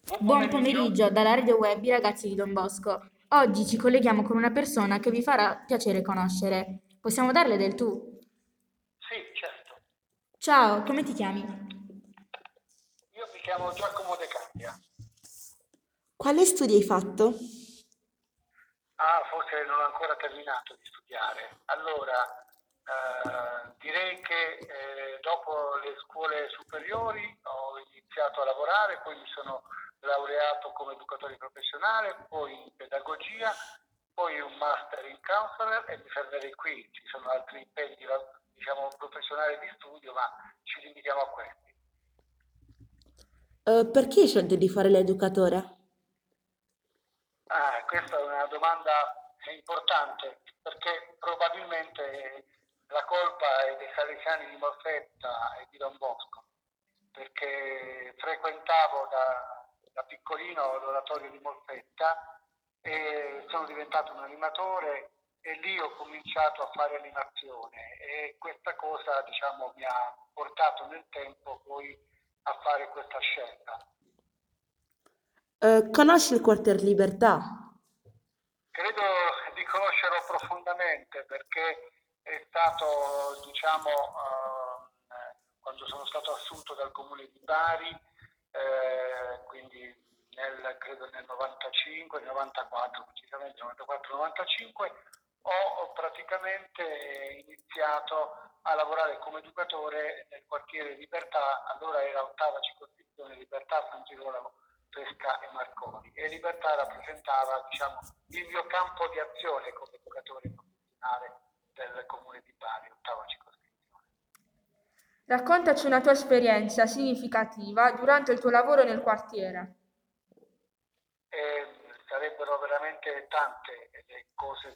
Buon Buon pomeriggio. pomeriggio dalla radio web I ragazzi di Don Bosco. Oggi ci colleghiamo con una persona che vi farà piacere conoscere. Possiamo darle del tu? Sì, certo. Ciao, come ti chiami? Io mi chiamo Giacomo De Caglia. Quale studi hai fatto? Ah, forse non ho ancora terminato di studiare. Allora, direi che dopo le scuole superiori ho iniziato a lavorare, poi mi sono laureato come educatore professionale, poi in pedagogia, poi un master in counselor e mi fermerei qui. Ci sono altri impegni, diciamo, professionali di studio, ma ci limitiamo a questi. Perché hai scelto di fare l'educatore? Questa è una domanda importante perché probabilmente la colpa è dei salesiani di Molfetta e di Don Bosco, perché frequentavo da piccolino l'oratorio di Molfetta e sono diventato un animatore e lì ho cominciato a fare animazione e questa cosa, diciamo, mi ha portato nel tempo poi a fare questa scelta. Conosci il quartier Libertà? Credo di conoscerlo profondamente perché è stato, diciamo, quando sono stato assunto dal comune di Bari, quindi credo nel 95, 94, precisamente 94-95, ho praticamente iniziato a lavorare come educatore nel quartiere Libertà, allora era ottava circoscrizione, Libertà, San Girolamo, Pesca e Marconi, e Libertà rappresentava, diciamo, il mio campo di azione come educatore professionale del comune di Bari, ottava circoscrizione. Raccontaci una tua esperienza significativa durante il tuo lavoro nel quartiere. Sarebbero veramente tante le cose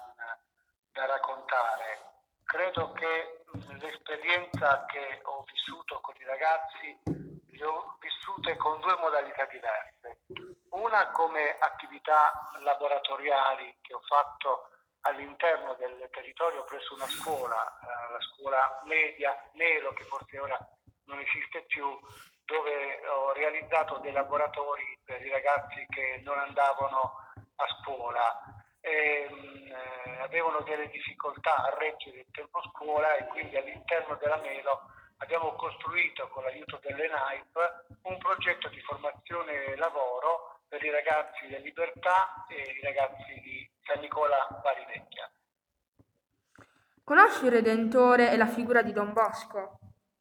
da raccontare. Credo che l'esperienza che ho vissuto con i ragazzi le ho vissute con due modalità diverse. Una come attività laboratoriali che ho fatto all'interno del territorio presso una scuola, la scuola media Nelo, che forse ora non esiste più, dove ho realizzato dei laboratori per i ragazzi che non andavano a scuola e avevano delle difficoltà a reggere il tempo scuola e quindi all'interno della Melo abbiamo costruito con l'aiuto dell'ENAIP un progetto di formazione lavoro per i ragazzi di Libertà e i ragazzi di San Nicola Bari Vecchia. Conosci il Redentore e la figura di Don Bosco?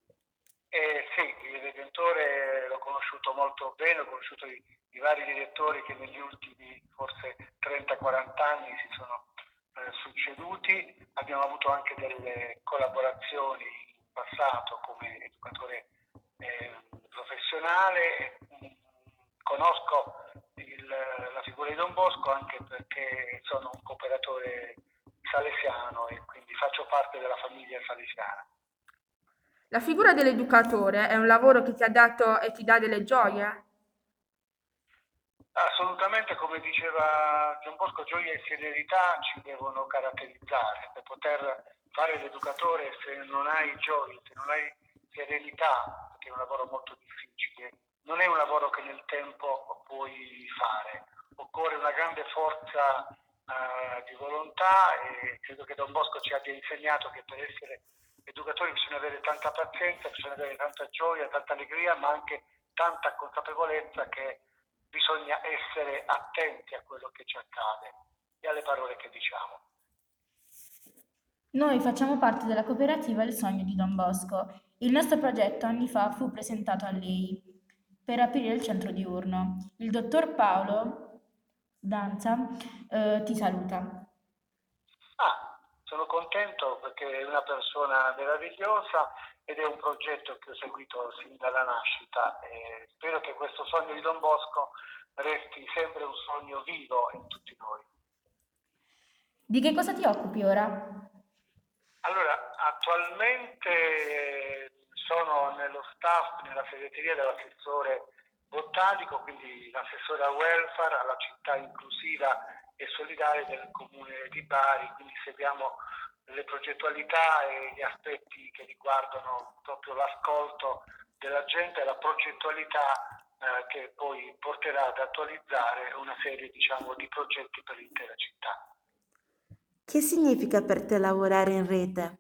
Sì, il Redentore l'ho conosciuto molto bene, ho conosciuto i vari direttori che negli ultimi forse 30-40 anni si sono succeduti, abbiamo avuto anche delle collaborazioni in passato come educatore professionale, conosco la figura di Don Bosco anche perché sono un cooperatore salesiano e quindi faccio parte della famiglia salesiana. La figura dell'educatore è un lavoro che ti ha dato e ti dà delle gioie? Assolutamente, come diceva Gian Bosco, gioia e serenità ci devono caratterizzare. Per poter fare l'educatore, se non hai gioia, se non hai serenità, che è un lavoro molto difficile, non è un lavoro che nel tempo puoi fare. Occorre una grande forza di volontà e credo che Don Bosco ci abbia insegnato che per essere educatori bisogna avere tanta pazienza, bisogna avere tanta gioia, tanta allegria, ma anche tanta consapevolezza che bisogna essere attenti a quello che ci accade e alle parole che diciamo. Noi facciamo parte della cooperativa Il Sogno di Don Bosco. Il nostro progetto anni fa fu presentato a lei per aprire il centro diurno. Il dottor Paolo Danza ti saluta. Sono contento perché è una persona meravigliosa ed è un progetto che ho seguito sin dalla nascita e spero che questo sogno di Don Bosco resti sempre un sogno vivo in tutti noi. Di che cosa ti occupi ora? Allora, attualmente sono nello staff, nella segreteria dell'assessore Bottalico, quindi l'assessore al welfare, alla città inclusiva e solidale del comune di Bari, quindi seguiamo le progettualità e gli aspetti che riguardano proprio l'ascolto della gente e la progettualità che poi porterà ad attualizzare una serie, diciamo, di progetti per l'intera città. Che significa per te lavorare in rete?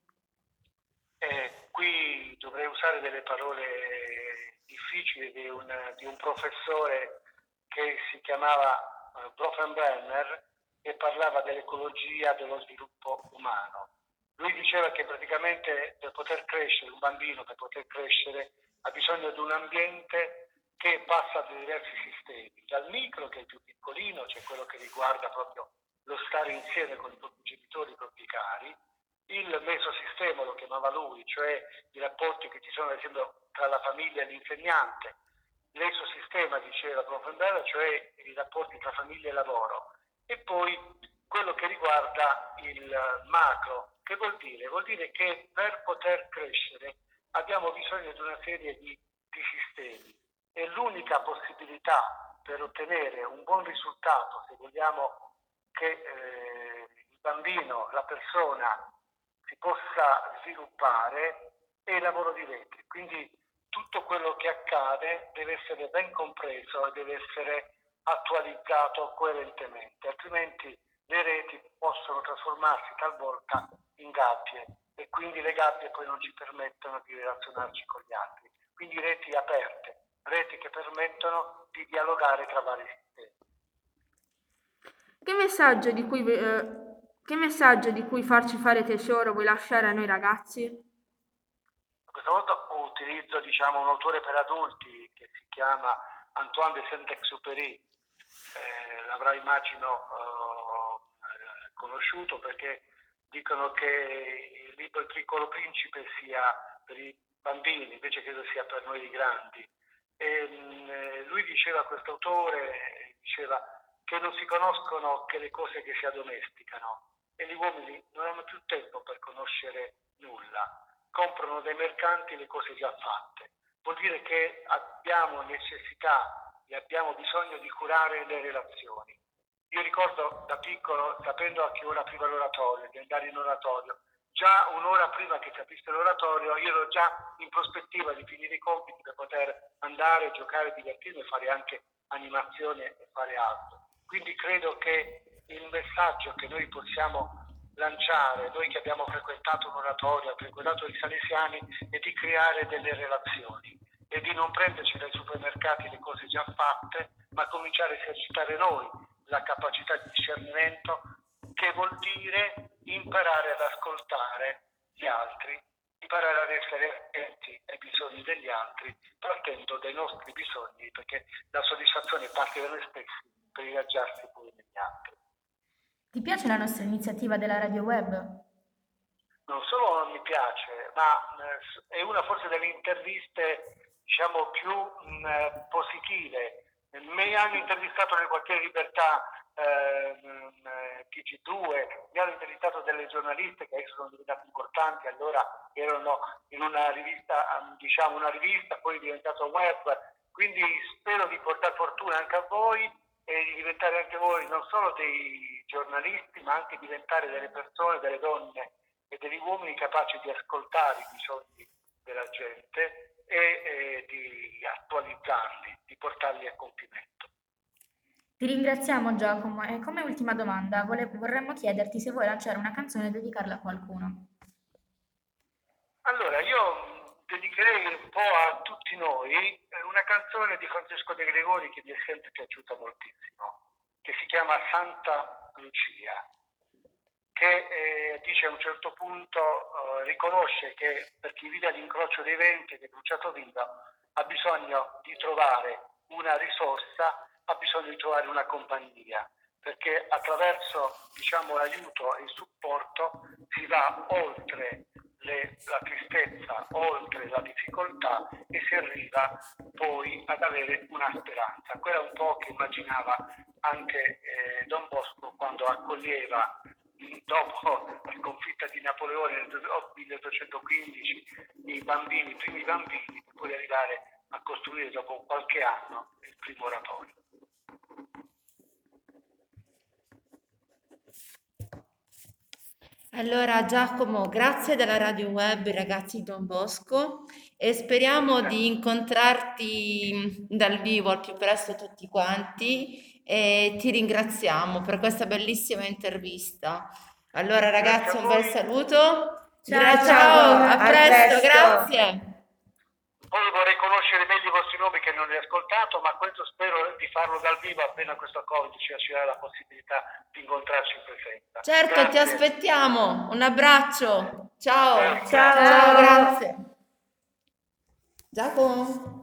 Qui dovrei usare delle parole difficili di un professore che si chiamava Bronfenbrenner, e parlava dell'ecologia dello sviluppo umano. Lui diceva che praticamente per poter crescere, un bambino per poter crescere ha bisogno di un ambiente che passa da diversi sistemi, dal micro, che è il più piccolino, cioè quello che riguarda proprio lo stare insieme con i propri genitori, i propri cari, il mesosistema lo chiamava lui, cioè i rapporti che ci sono ad esempio tra la famiglia e l'insegnante, l'esosistema, diceva Bronfenbrenner, cioè i rapporti tra famiglia e lavoro, e poi quello che riguarda il macro. Che vuol dire? Vuol dire che per poter crescere abbiamo bisogno di una serie di sistemi, e l'unica possibilità per ottenere un buon risultato, se vogliamo che il bambino, la persona si possa sviluppare, è il lavoro di rete. Quindi tutto quello che accade deve essere ben compreso e deve essere attualizzato coerentemente, altrimenti le reti possono trasformarsi talvolta in gabbie, e quindi le gabbie poi non ci permettono di relazionarci con gli altri. Quindi reti aperte, reti che permettono di dialogare tra vari sistemi. Che messaggio di cui farci fare tesoro vuoi lasciare a noi ragazzi? Questa volta utilizzo, diciamo, un autore per adulti che si chiama Antoine de Saint-Exupéry. L'avrai, immagino, conosciuto, perché dicono che il libro Il Piccolo Principe sia per i bambini, invece credo sia per noi di grandi. Lui diceva, questo autore diceva che non si conoscono che le cose che si addomesticano, e gli uomini non hanno più tempo per conoscere nulla, comprano dai mercanti le cose già fatte. Vuol dire che abbiamo necessità e abbiamo bisogno di curare le relazioni. Io ricordo da piccolo, sapendo a che ora apriva l'oratorio, di andare in oratorio, già un'ora prima che si aprisse l'oratorio io ero già in prospettiva di finire i compiti per poter andare, giocare, divertirmi e fare anche animazione e fare altro. Quindi credo che il messaggio che noi possiamo lanciare, noi che abbiamo frequentato un oratorio, frequentato i salesiani, è di creare delle relazioni e di non prenderci dai supermercati le cose già fatte, ma cominciare a esercitare noi la capacità di discernimento, che vuol dire imparare ad ascoltare gli altri, imparare ad essere attenti ai bisogni degli altri, partendo dai nostri bisogni, perché la soddisfazione parte da noi stessi per irraggiarsi poi negli altri. Ti piace la nostra iniziativa della radio web? Non solo non mi piace, ma è una forse delle interviste, diciamo, più positive. Mi hanno intervistato nel quartiere Libertà, TG2, mi hanno intervistato delle giornaliste che adesso sono diventate importanti, allora erano in una rivista, diciamo una rivista, poi è diventato web, quindi spero di portare fortuna anche a voi e di diventare anche voi non solo dei giornalisti, ma anche diventare delle persone, delle donne e degli uomini capaci di ascoltare i bisogni della gente e di attualizzarli, di portarli a compimento. Ti ringraziamo Giacomo e come ultima domanda vorremmo chiederti se vuoi lanciare una canzone e dedicarla a qualcuno. Allora, io dedicherei un po' a tutti noi una canzone di Francesco De Gregori che mi è sempre piaciuta moltissimo, che si chiama Santa Lucia, che dice a un certo punto, riconosce che per chi vive all'incrocio dei venti ed è bruciato vivo ha bisogno di trovare una risorsa, ha bisogno di trovare una compagnia, perché attraverso, diciamo, l'aiuto e il supporto si va oltre la tristezza, oltre la difficoltà, e si arriva poi ad avere una speranza. Quella un po' che immaginava anche Don Bosco quando accoglieva, dopo la sconfitta di Napoleone nel 1815, i primi bambini, per poi arrivare a costruire dopo qualche anno il primo oratorio. Allora, Giacomo, grazie della Radio Web, ragazzi di Don Bosco, e speriamo di incontrarti dal vivo al più presto tutti quanti e ti ringraziamo per questa bellissima intervista. Allora, Grazie ragazzi, a un bel voi. saluto. Ciao, Ciao, a a presto, presto. grazie. Poi vorrei conoscere meglio i vostri nomi che non li ho ascoltato, ma questo spero di farlo dal vivo appena questo Covid ci darà la possibilità di incontrarci in presenza. Certo, ti Grazie. aspettiamo. Un abbraccio. Ciao. Ciao. Ciao, grazie. Giacomo.